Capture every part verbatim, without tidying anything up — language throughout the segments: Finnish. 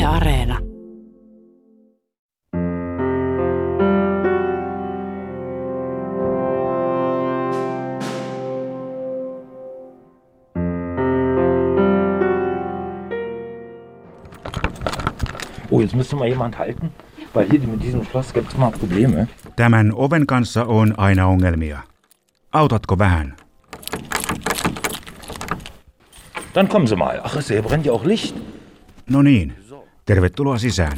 Yle Areena. Oh, jetzt müsste mal jemand halten, weil hier mit diesem Schloss gibt es immer Probleme. Tämän oven kanssa on aina ongelmia. Autatko vähän? Dann kommen Sie mal. Ach, hier brennt ja auch Licht. No niin, tervetuloa sisään.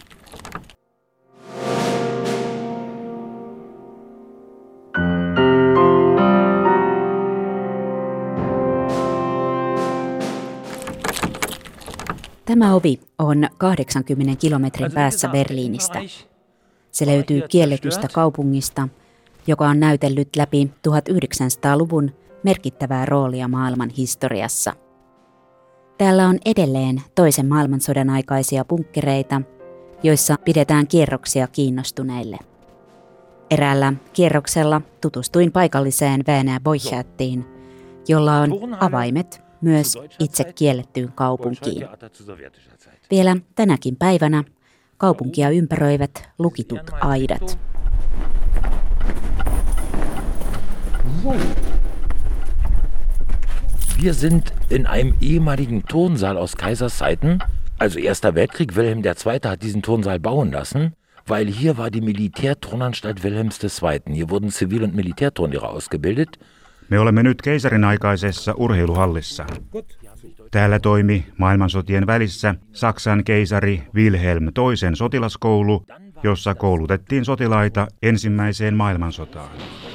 Tämä ovi on kahdeksankymmenen kilometrin päässä Berliinistä. Se löytyy kielletystä kaupungista, joka on näytellyt läpi tuhatyhdeksänsataaluvun merkittävää roolia maailman historiassa. Täällä on edelleen toisen maailmansodan aikaisia bunkkereita, joissa pidetään kierroksia kiinnostuneille. Eräällä kierroksella tutustuin paikalliseen Werner Borchardiin, jolla on avaimet myös itse kiellettyyn kaupunkiin. Vielä tänäkin päivänä kaupunkia ympäröivät lukitut aidat. Wir sind in einem ehemaligen Turnsaal aus Kaiserszeiten. Also Erster Weltkrieg, Wilhelm der Zweite hat diesen Turnsaal bauen lassen, weil hier war die Militärturnanstalt Wilhelms der Zweiten. Hier wurden Zivil- und Militärturnierer ausgebildet. Me olemme nyt keisarin aikaisessa urheiluhallissa. Täällä toimi maailmansotien välissä Saksan keisari Wilhelm toisen sotilaskoulu, jossa koulutettiin sotilaita ensimmäiseen maailmansotaan.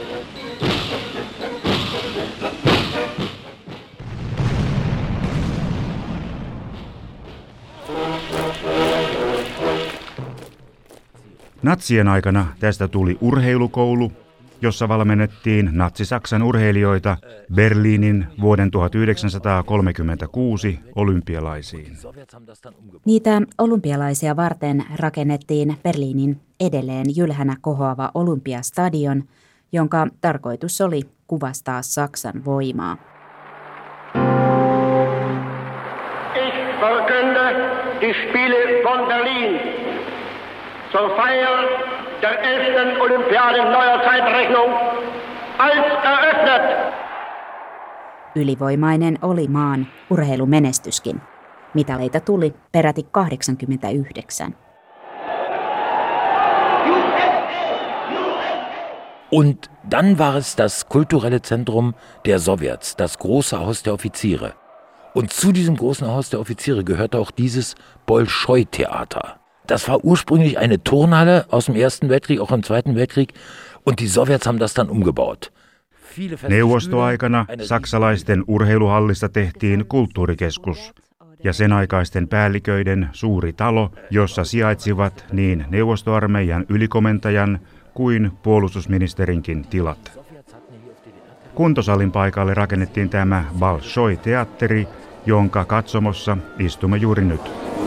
Natsien aikana tästä tuli urheilukoulu, jossa valmennettiin natsi-Saksan urheilijoita Berliinin vuoden tuhatyhdeksänsataakolmekymmentäkuusi olympialaisiin. Niitä olympialaisia varten rakennettiin Berliinin edelleen jylhänä kohoava Olympiastadion, jonka tarkoitus oli kuvastaa Saksan voimaa. Ich verkünde die Spiele von Berlin zur Feier der elften Olympiaden neuer Zeitrechnung als eröffnet. Ylivoimainen oli maan urheilumenestyskin. Mitaleita tuli peräti kahdeksankymmentäyhdeksän. Und dann war es das kulturelle Zentrum der Sowjets, das große Haus der Offiziere. Und zu diesem großen Haus der Offiziere gehörte auch dieses Bolschoi-Theater. Das war ursprünglich eine Turnhalle aus dem Ersten Weltkrieg, auch im Zweiten Weltkrieg, und die Sowjets haben das dann umgebaut. Neuvostoaikana saksalaisten urheiluhallista tehtiin kulttuurikeskus ja sen aikaisten päälliköiden suuri talo, jossa sijaitsivat niin neuvostoarmeijan ylikomentajan kuin puolustusministerinkin tilat. Kuntosalin paikalle rakennettiin tämä Bolschoi-teatteri, jonka katsomossa istumme juuri nyt.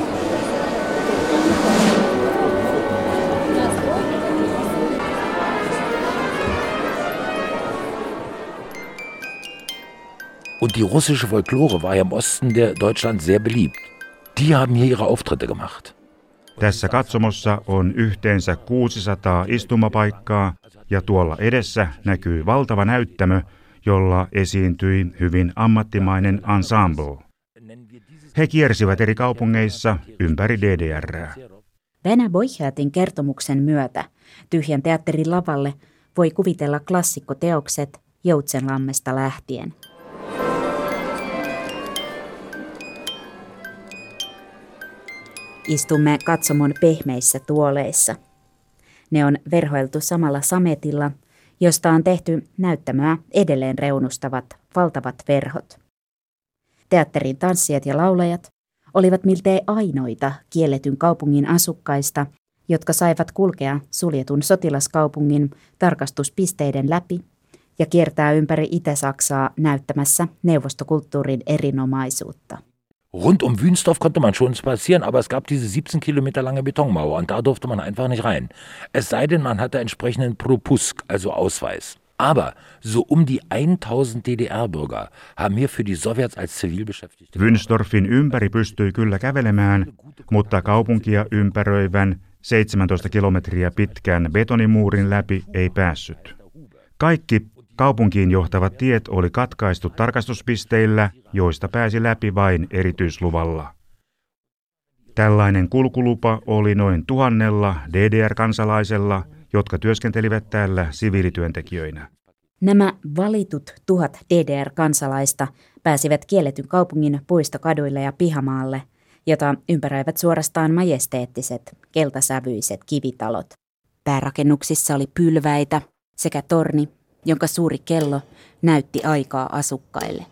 Und die russische Folklore war ja im Osten der Deutschland sehr beliebt. Die haben hier ihre Auftritte gemacht. Tässä katsomossa on yhteensä kuusisataa istumapaikkaa ja tuolla edessä näkyy valtava näyttämö, jolla esiintyi hyvin ammattimainen ensemble. He kiersivät eri kaupungeissa ympäri D D R:ää. Werner Borchardin kertomuksen myötä tyhjän teatterin lavalle voi kuvitella klassikkoteokset Joutsenlammesta lähtien. Istumme katsomon pehmeissä tuoleissa. Ne on verhoiltu samalla sametilla, josta on tehty näyttämöä edelleen reunustavat valtavat verhot. Teatterin tanssijat ja laulajat olivat miltei ainoita kielletyn kaupungin asukkaista, jotka saivat kulkea suljetun sotilaskaupungin tarkastuspisteiden läpi ja kiertää ympäri Itä-Saksaa näyttämässä neuvostokulttuurin erinomaisuutta. Rund um Wünsdorf konnte man schon spazieren, aber es gab diese siebzehn Kilometer lange Betonmauer und da durfte man einfach nicht rein. Es sei denn, man hatte entsprechenden Propusk, also Ausweis. Aber so um die tausend D D R-Bürger haben hier für die Sowjets als Zivilbeschäftigte... Wünsdorfin ympäri pystyi kyllä kävelemään, mutta kaupunkia ympäröivän seitsemäntoista kilometriä pitkän betonimuurin läpi ei päässyt. Kaikki kaupunkiin johtavat tiet oli katkaistu tarkastuspisteillä, joista pääsi läpi vain erityisluvalla. Tällainen kulkulupa oli noin tuhannella D D R-kansalaisella, jotka työskentelivät täällä siviilityöntekijöinä. Nämä valitut tuhat D D R-kansalaista pääsivät kielletyn kaupungin puistokaduille ja pihamaalle, jota ympäröivät suorastaan majesteettiset, keltasävyiset kivitalot. Päärakennuksissa oli pylväitä sekä torni, jonka suuri kello näytti aikaa asukkaille.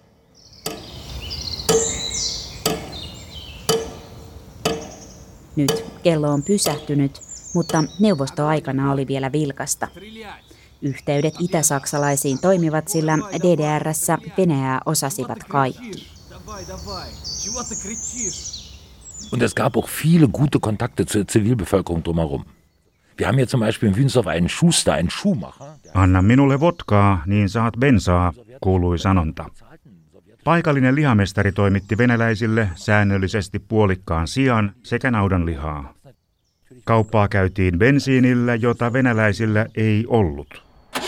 Nyt kello on pysähtynyt, mutta neuvostoaikana oli vielä vilkasta. Yhteydet itäsaksalaisiin toimivat, sillä D D R:ssä Venäjää osasivat kaikki. Und es gab auch viele gute Kontakte zur Zivilbevölkerung drumherum. Wir haben hier zum Beispiel in Wünsdorf einen Schuster, einen Schuhmacher. Anna minulle vodkaa, niin saat bensaa, kuului sanonta. Paikallinen lihamestari toimitti venäläisille säännöllisesti puolikkaan sian sekä naudanlihaa. Kauppaa käytiin bensiinillä, jota venäläisillä ei ollut.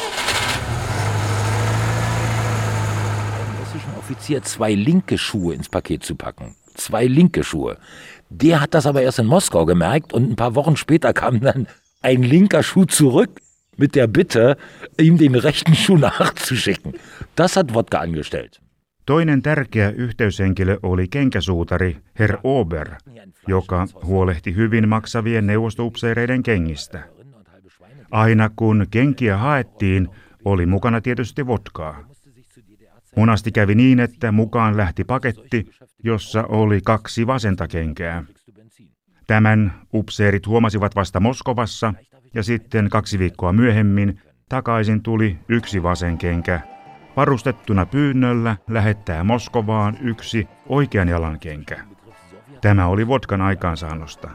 Offizier zwei linke Schuhe ins Paket zu packen. Zwei linke Schuhe. Der hat das aber erst in Moskau gemerkt und ein paar Wochen später kam dann ein linker Schuh zurück mit der Bitte, ihm den rechten Schuh nachzuschicken. Das hat Wodka angestellt. Toinen tärkeä yhteyshenkilö oli kenkäsuutari Herr Ober, joka huolehti hyvin maksavien neuvostoupseereiden kengistä. Aina kun kenkiä haettiin, oli mukana tietysti vodkaa. Monasti kävi niin, että mukaan lähti paketti, jossa oli kaksi vasenta kenkää. Tämän upseerit huomasivat vasta Moskovassa ja sitten kaksi viikkoa myöhemmin takaisin tuli yksi vasen kenkä. Varustettuna pyynnöllä lähettää Moskovaan yksi oikean jalan kenkä. Tämä oli vodkan aikaansaannosta.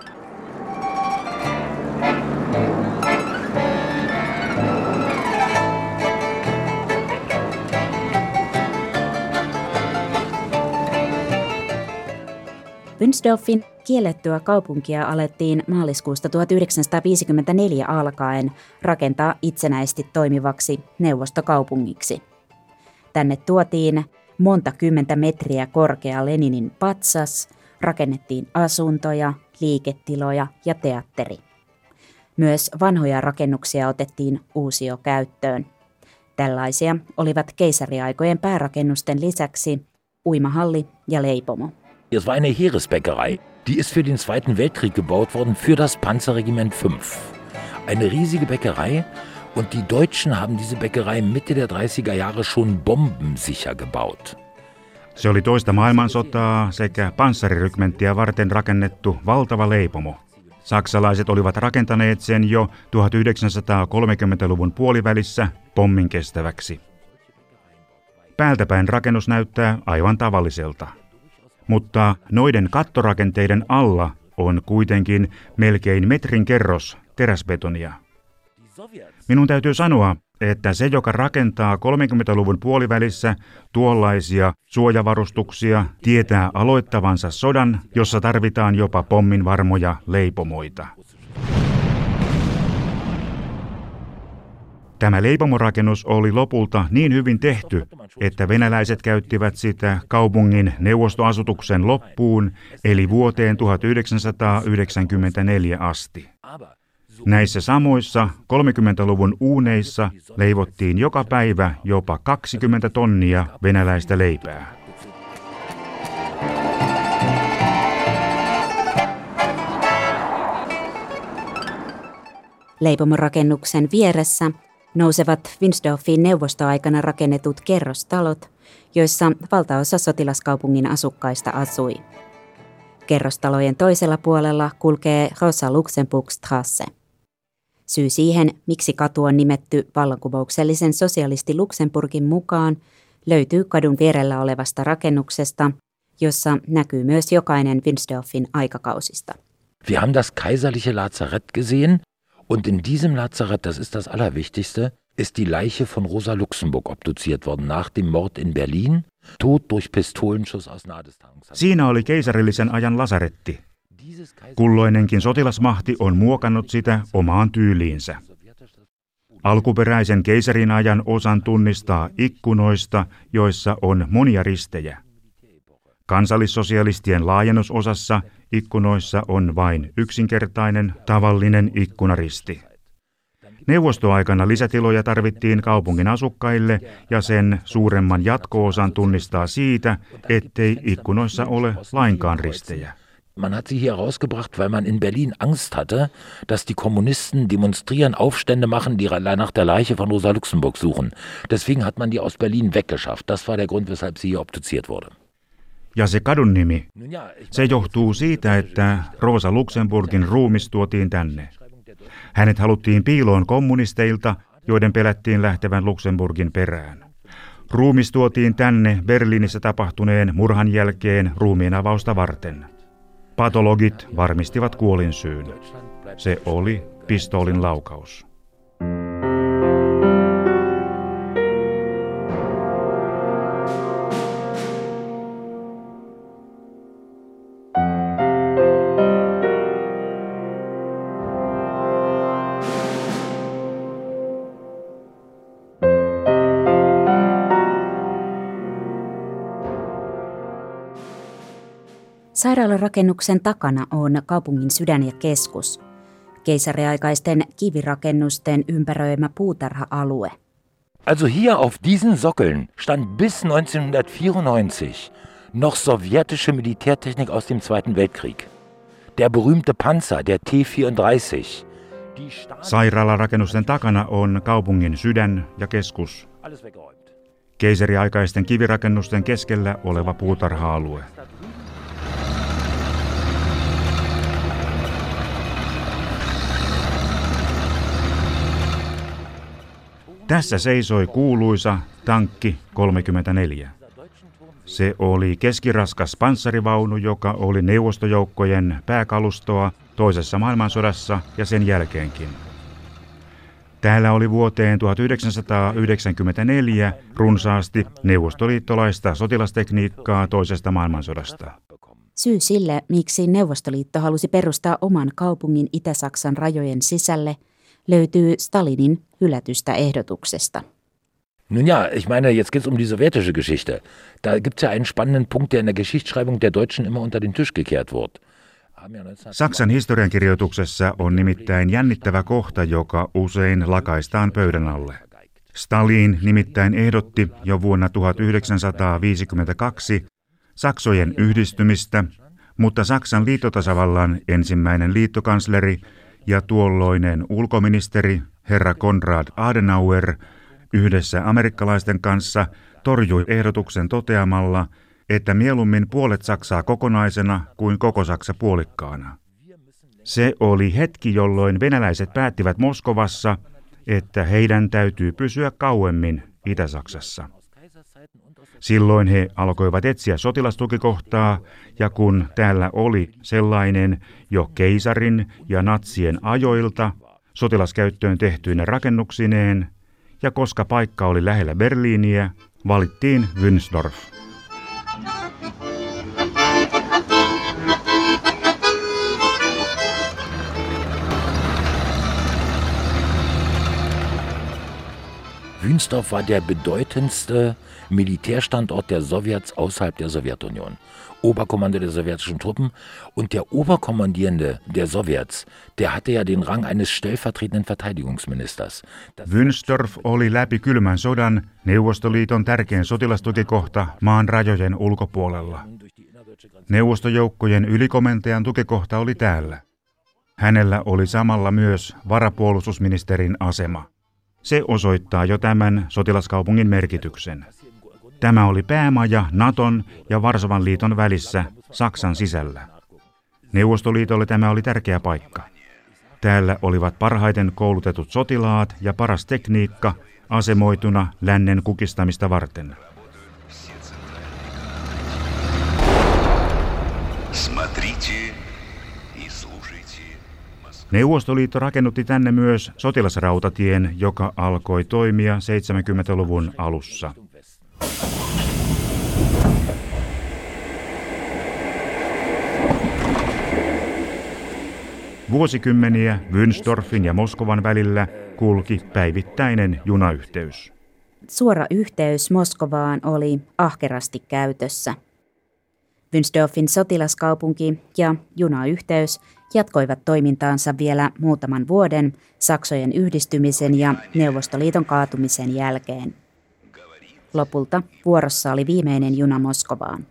Wünsdorfin kiellettyä kaupunkia alettiin maaliskuusta tuhatyhdeksänsataaviisikymmentäneljä alkaen rakentaa itsenäisesti toimivaksi neuvostokaupungiksi. Tänne tuotiin monta kymmentä metriä korkea Leninin patsas, rakennettiin asuntoja, liiketiloja ja teatteri. Myös vanhoja rakennuksia otettiin uusio käyttöön. Tällaisia olivat keisariaikojen päärakennusten lisäksi uimahalli ja leipomo. Es war eine Heeresbäckerei. Die ist für den Zweiten Weltkrieg gebaut worden, für das Panzerregiment fünf. Eine riesige Bäckerei und die Deutschen haben diese Bäckerei Mitte der dreißiger Jahre schon bombensicher gebaut. Se oli toista maailmansotaa sekä panssarirykmenttiä varten rakennettu valtava leipomo. Saksalaiset olivat rakentaneet sen jo tuhatyhdeksänsataakolmekymmentäluvun puolivälissä pommin kestäväksi. Päältäpäin rakennus näyttää aivan tavalliselta. Mutta noiden kattorakenteiden alla on kuitenkin melkein metrin kerros teräsbetonia. Minun täytyy sanoa, että se, joka rakentaa kolmekymmentäluvun puolivälissä tuollaisia suojavarustuksia, tietää aloittavansa sodan, jossa tarvitaan jopa pommin varmoja leipomoita. Tämä leipomorakennus oli lopulta niin hyvin tehty, että venäläiset käyttivät sitä kaupungin neuvostoasutuksen loppuun, eli vuoteen tuhatyhdeksänsataayhdeksänkymmentäneljä asti. Näissä samoissa kolmekymmentäluvun uuneissa leivottiin joka päivä jopa kaksikymmentä tonnia venäläistä leipää. Leipomorakennuksen vieressä nousevat Wünsdorfin neuvostoaikana rakennetut kerrostalot, joissa valtaosa sotilaskaupungin asukkaista asui. Kerrostalojen toisella puolella kulkee Rosa-Luxemburg-Strasse. Syy siihen, miksi katu on nimetty vallankumouksellisen sosialisti Luxemburgin mukaan, löytyy kadun vierellä olevasta rakennuksesta, jossa näkyy myös jokainen Wünsdorfin aikakausista. Wir haben das kaiserliche Lazarett gesehen. Und in diesem Lazarett, das ist das Allerwichtigste, ist die Leiche von Rosa Luxemburg obduziert worden nach dem Mord in Berlin, tot durch Pistolenschuss aus nahe Distanz. Siinä oli keisarillisen ajan lasaretti. Kulloinenkin sotilasmahti on muokannut sitä omaan tyyliinsä. Alkuperäisen keisarin ajan osan tunnistaa ikkunoista, joissa on monia ristejä. Kansallissosialistien laajennusosassa ikkunoissa on vain yksinkertainen, tavallinen ikkunaristi. Neuvostoaikana lisätiloja tarvittiin kaupungin asukkaille ja sen suuremman jatko-osan tunnistaa siitä, ettei ikkunoissa ole lainkaan ristejä. Man hat sie hier rausgebracht, weil man in Berlin Angst hatte, dass die Kommunisten demonstrieren, Aufstände machen, die nach der Leiche von Rosa Luxemburg suchen. Deswegen hat man die aus Berlin weggeschafft. Das war der Grund, weshalb sie hier obduziert wurde. Ja se kadun nimi, se johtuu siitä, että Rosa Luxemburgin ruumis tuotiin tänne. Hänet haluttiin piiloon kommunisteilta, joiden pelättiin lähtevän Luxemburgin perään. Ruumis tuotiin tänne Berliinissä tapahtuneen murhan jälkeen ruumiin avausta varten. Patologit varmistivat kuolinsyyn. Se oli pistoolin laukaus. Sairaalarakennuksen takana on kaupungin sydän ja keskus, keisariaikaisten kivirakennusten ympäröimä puutarha-alue. Also hier auf diesen Sockeln stand bis neunzehnhundertvierundneunzig noch sowjetische Militärtechnik aus dem Zweiten Weltkrieg. Der berühmte Panzer, der T vierunddreißig. Sairaalarakennusten takana on kaupungin sydän ja keskus. Keisariaikaisten kivirakennusten keskellä oleva puutarha-alue. Tässä seisoi kuuluisa tankki kolmekymmentäneljä. Se oli keskiraskas panssarivaunu, joka oli neuvostojoukkojen pääkalustoa toisessa maailmansodassa ja sen jälkeenkin. Täällä oli vuoteen tuhatyhdeksänsataayhdeksänkymmentäneljä runsaasti neuvostoliittolaista sotilastekniikkaa toisesta maailmansodasta. Syy sille, miksi Neuvostoliitto halusi perustaa oman kaupungin Itä-Saksan rajojen sisälle, löytyy Stalinin hylätystä ehdotuksesta. Nun ja, ich meine, jetzt geht es um die sowjetische Geschichte. Da gibt es ja einen spannenden Punkt, der in der Geschichtsschreibung der Deutschen immer unter den Tisch gekehrt wird. Saksan historiankirjoituksessa on nimittäin jännittävä kohta, joka usein lakaistaan pöydän alle. Stalin nimittäin ehdotti jo vuonna tuhatyhdeksänsataaviisikymmentäkaksi Saksojen yhdistymistä, mutta Saksan liittotasavallan ensimmäinen liittokansleri ja tuolloinen ulkoministeri herra Konrad Adenauer yhdessä amerikkalaisten kanssa torjui ehdotuksen toteamalla, että mieluummin puolet Saksaa kokonaisena kuin koko Saksa puolikkaana. Se oli hetki, jolloin venäläiset päättivät Moskovassa, että heidän täytyy pysyä kauemmin Itä-Saksassa. Silloin he alkoivat etsiä sotilastukikohtaa, ja kun täällä oli sellainen jo keisarin ja natsien ajoilta sotilaskäyttöön tehtyinä rakennuksineen, ja koska paikka oli lähellä Berliiniä, valittiin Wünsdorf. Wünsdorf war der bedeutendste Militärstandort der Sowjets außerhalb der Sowjetunion. Oberkommando der sowjetischen Truppen und der Oberkommandierende der Sowjets, der hatte ja den Rang eines stellvertretenden Verteidigungsministers. Wünsdorf oli läpi kylmän sodan Neuvostoliiton tärkein sotilastukikohta maan rajojen ulkopuolella. Neuvostojoukkojen ylikomentajan tukikohta oli täällä. Hänellä oli samalla myös varapuolustusministerin asema. Se osoittaa jo tämän sotilaskaupungin merkityksen. Tämä oli päämaja Naton ja Varsovan liiton välissä Saksan sisällä. Neuvostoliitolle tämä oli tärkeä paikka. Täällä olivat parhaiten koulutetut sotilaat ja paras tekniikka asemoituna lännen kukistamista varten. Neuvostoliitto rakennutti tänne myös sotilasrautatien, joka alkoi toimia seitsemänkymmentäluvun alussa. Vuosikymmeniä Wünsdorfin ja Moskovan välillä kulki päivittäinen junayhteys. Suora yhteys Moskovaan oli ahkerasti käytössä. Wünsdorfin sotilaskaupunki ja junayhteys jatkoivat toimintaansa vielä muutaman vuoden Saksojen yhdistymisen ja Neuvostoliiton kaatumisen jälkeen. Lopulta vuorossa oli viimeinen juna Moskovaan.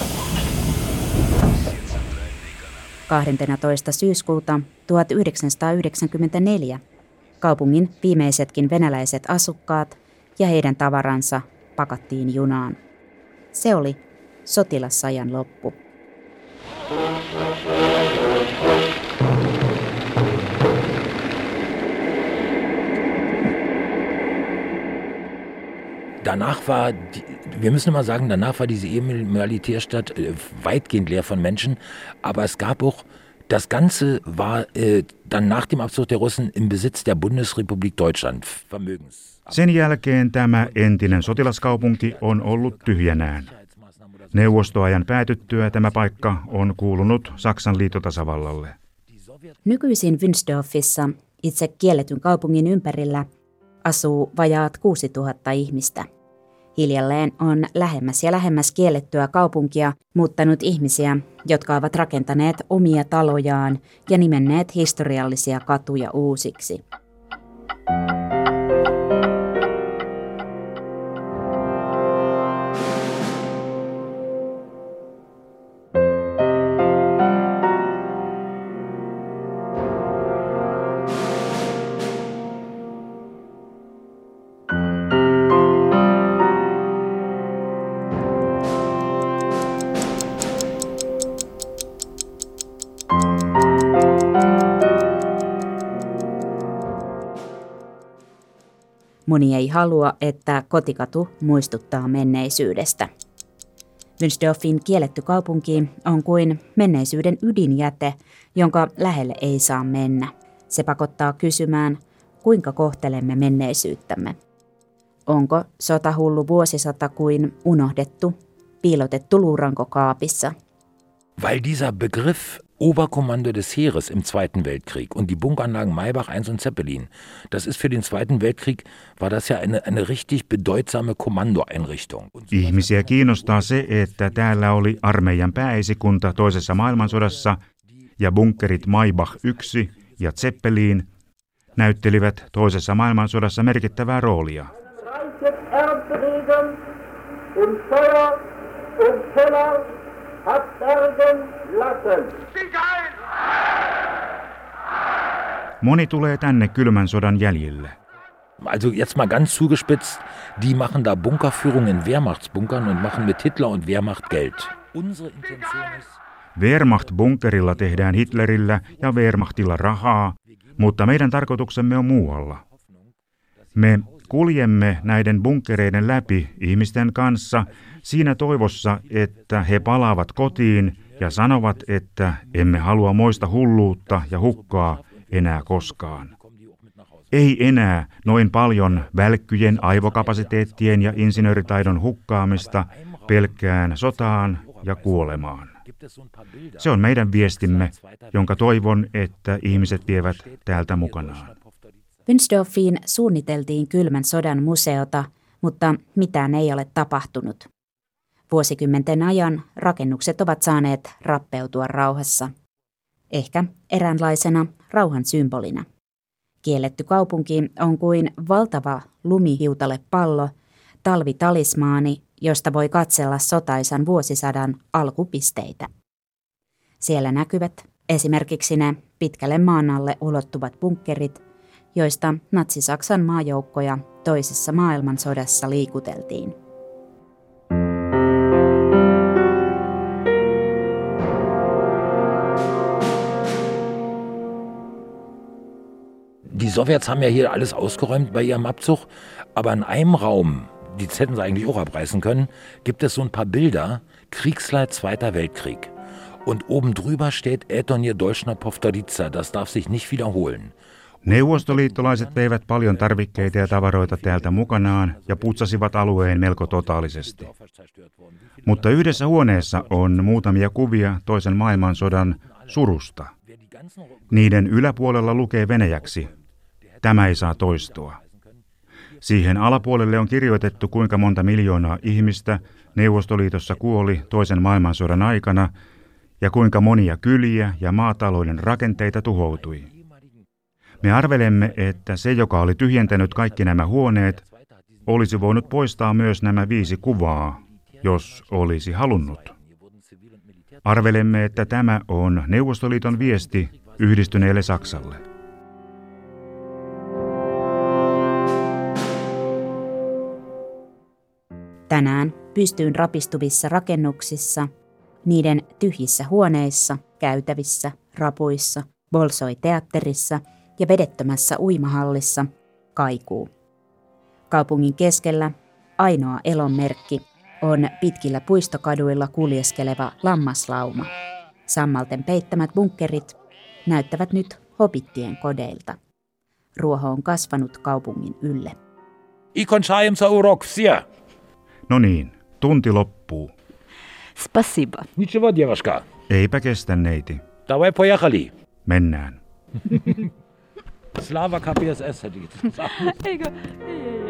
kahdeskymmenestoinen syyskuuta tuhatyhdeksänsataayhdeksänkymmentäneljä kaupungin viimeisetkin venäläiset asukkaat ja heidän tavaransa pakattiin junaan. Se oli sotilasajan loppu. Danach war, die, wir müssen mal sagen, danach war diese ehemalige Militärstadt äh, weitgehend leer von Menschen, aber es gab auch, das Ganze war äh, dann nach dem Abzug der Russen im Besitz der Bundesrepublik Deutschland, Vermögens. Sen jälkeen tämä entinen sotilaskaupunki on ollut tyhjänään. Neuvostoajan päätyttyä tämä paikka on kuulunut Saksan liittotasavallalle. Nykyisin Wünsdorfissa, itse kielletyn kaupungin ympärillä, asuu vajaat kuusituhatta ihmistä. Hiljalleen on lähemmäs ja lähemmäs kiellettyä kaupunkia muuttanut ihmisiä, jotka ovat rakentaneet omia talojaan ja nimenneet historiallisia katuja uusiksi. Moni ei halua, että kotikatu muistuttaa menneisyydestä. Wünsdorfin kielletty kaupunki on kuin menneisyyden ydinjäte, jonka lähelle ei saa mennä. Se pakottaa kysymään, kuinka kohtelemme menneisyyttämme. Onko sotahullu vuosisata kuin unohdettu, piilotettu luuranko kaapissa? Weil dieser Begriff Oberkommando des Heeres im Zweiten Weltkrieg und die Bunkeranlagen Maybach eins und Zeppelin, das ist für den Zweiten Weltkrieg, war das ja eine, eine richtig bedeutsame Kommandoeinrichtung. Ihmisiä kiinnostaa se, että täällä oli armeijan pääesikunta toisessa maailmansodassa ja bunkerit Maybach yksi ja Zeppelin näyttelivät toisessa maailmansodassa merkittävää roolia. Moni tulee tänne kylmän sodan jäljille. Also jetzt mal ganz zugespitzt, die machen da Bunkerführung in Wehrmachtsbunkern und machen mit Hitler und Wehrmacht Geld. Unsere Intention ist... Wehrmacht-bunkerilla tehdään Hitlerillä ja Wehrmachtilla rahaa, mutta meidän tarkoituksemme on muualla. Me kuljemme näiden bunkereiden läpi ihmisten kanssa siinä toivossa, että he palaavat kotiin ja sanovat, että emme halua moista hulluutta ja hukkaa enää koskaan. Ei enää noin paljon välkkyjen aivokapasiteettien ja insinööritaidon hukkaamista pelkkään sotaan ja kuolemaan. Se on meidän viestimme, jonka toivon, että ihmiset vievät täältä mukanaan. Wünsdorfiin suunniteltiin kylmän sodan museota, mutta mitään ei ole tapahtunut. Vuosikymmenten ajan rakennukset ovat saaneet rappeutua rauhassa. Ehkä eräänlaisena rauhan symbolina. Kielletty kaupunki on kuin valtava lumihiutalepallo, talvitalismaani, josta voi katsella sotaisan vuosisadan alkupisteitä. Siellä näkyvät esimerkiksi ne pitkälle maan alle ulottuvat bunkkerit, joista natsi-Saksan maajoukkoja toisessa maailmansodassa liikuteltiin. Die Sowjets haben ja hier alles ausgeräumt bei ihrem Abzug, aber in einem Raum, die hätten sie eigentlich auch abreißen können, gibt es so ein paar Bilder, Kriegsleid Zweiter Weltkrieg. Und oben drüber steht Etonje Dolchna Povtorica, das darf sich nicht wiederholen. Neuvostoliittolaiset veivät paljon tarvikkeita ja tavaroita täältä mukanaan ja putsasivat alueen melko totaalisesti. Mutta yhdessä huoneessa on muutamia kuvia toisen maailmansodan surusta. Niiden yläpuolella lukee venäjäksi: tämä ei saa toistua. Siihen alapuolelle on kirjoitettu, kuinka monta miljoonaa ihmistä Neuvostoliitossa kuoli toisen maailmansodan aikana ja kuinka monia kyliä ja maatalouden rakenteita tuhoutui. Me arvelemme, että se, joka oli tyhjentänyt kaikki nämä huoneet, olisi voinut poistaa myös nämä viisi kuvaa, jos olisi halunnut. Arvelemme, että tämä on Neuvostoliiton viesti yhdistyneelle Saksalle. Tänään pystyyn rapistuvissa rakennuksissa, niiden tyhjissä huoneissa, käytävissä, rapuissa, Bolshoi-teatterissa ja vedettömässä uimahallissa kaikuu. Kaupungin keskellä ainoa elonmerkki on pitkillä puistokaduilla kuljeskeleva lammaslauma. Sammalten peittämät bunkkerit näyttävät nyt hobittien kodeilta. Ruoho on kasvanut kaupungin ylle. Ikon saimsa uroksia. No niin, tunti loppuu. Spasiba. Ničego, djevaška. Eipä kestä, neiti. Davai pojahali. Mennään. Slava K P S S hätte ich gesagt. Eikö? Ei, ei.